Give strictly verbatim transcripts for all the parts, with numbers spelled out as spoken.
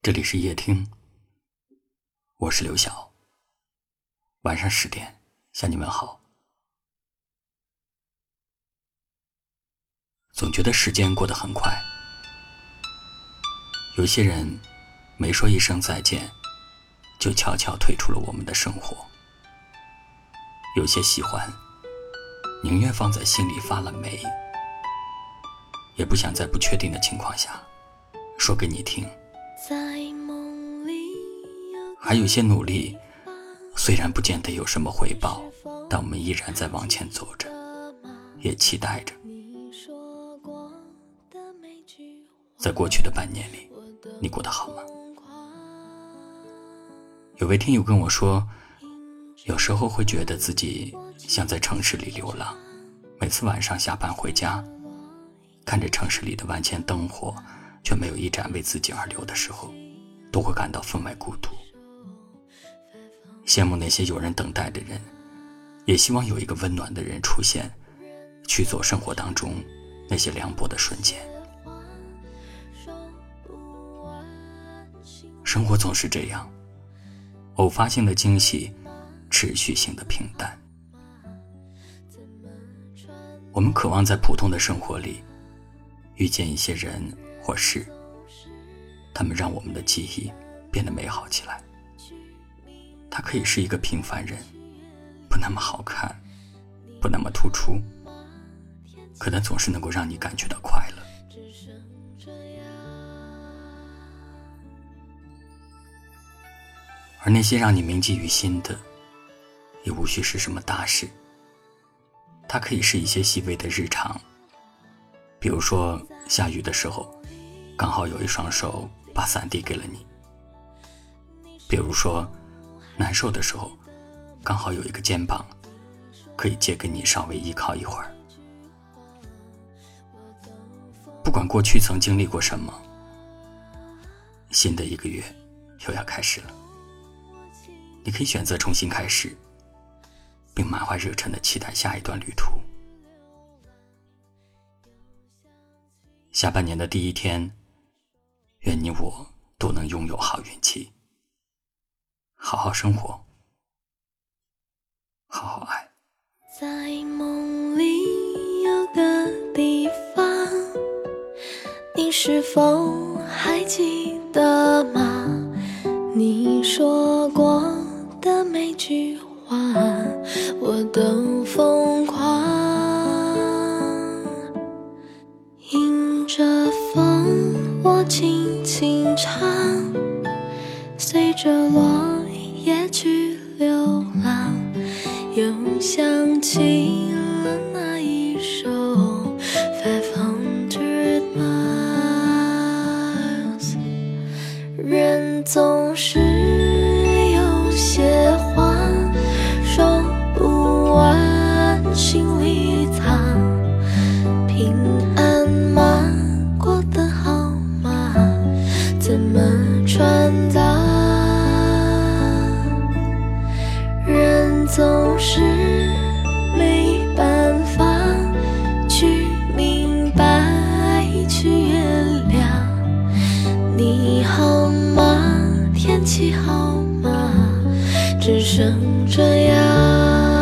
这里是夜听，我是刘晓。晚上十点向你们好。总觉得时间过得很快，有些人没说一声再见，就悄悄退出了我们的生活。有些喜欢，宁愿放在心里发了霉，也不想在不确定的情况下说给你听。还有些努力，虽然不见得有什么回报，但我们依然在往前走着，也期待着。在过去的半年里，你过得好吗？有位听友跟我说，有时候会觉得自己像在城市里流浪，每次晚上下班回家，看着城市里的万千灯火，却没有一盏为自己而流的时候，都会感到分外孤独。羡慕那些有人等待的人，也希望有一个温暖的人出现，驱走生活当中那些凉薄的瞬间。生活总是这样，偶发性的惊喜，持续性的平淡。我们渴望在普通的生活里遇见一些人或事，他们让我们的记忆变得美好起来。他可以是一个平凡人，不那么好看，不那么突出，可能总是能够让你感觉到快乐。而那些让你铭记于心的，也无需是什么大事，它可以是一些细微的日常，比如说下雨的时候，刚好有一双手把伞递给了你；比如说难受的时候，刚好有一个肩膀可以借给你稍微依靠一会儿。不管过去曾经历过什么，新的一个月又要开始了，你可以选择重新开始，并满怀热忱地期待下一段旅途。下半年的第一天，愿你我都能拥有好运气，好好生活，好好爱。 在梦里有个地方，你是否还记得吗？你说过的每句话，我都疯狂。迎着风，我轻轻唱，随着落叶去流浪，又想起了那一首 Five Hundred Miles。 人总是有些话说不完，心里藏。平安吗？过得好吗？怎么传达？人总是没办法去明白，去原谅。你好吗？天气好吗？只剩这样。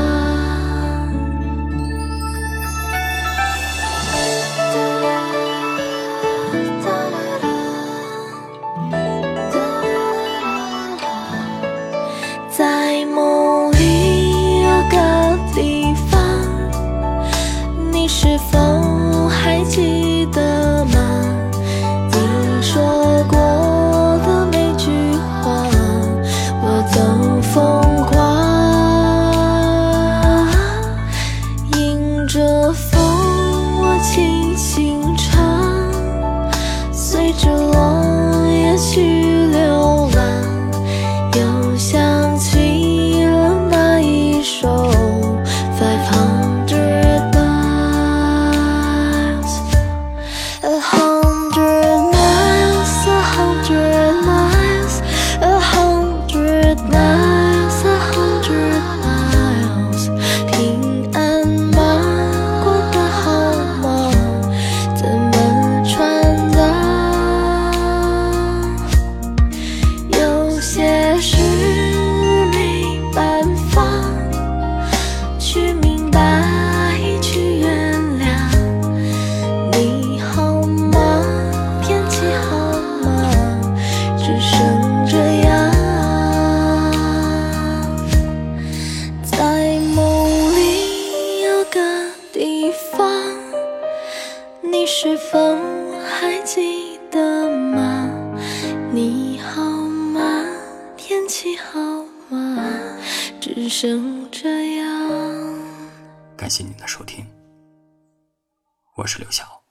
在梦里有个地方，你是否还记得吗？你说过的每句话，我都疯狂。 你是否还记得吗？你好吗？天气好吗？只剩这样。 感谢您的收听，我是刘晓。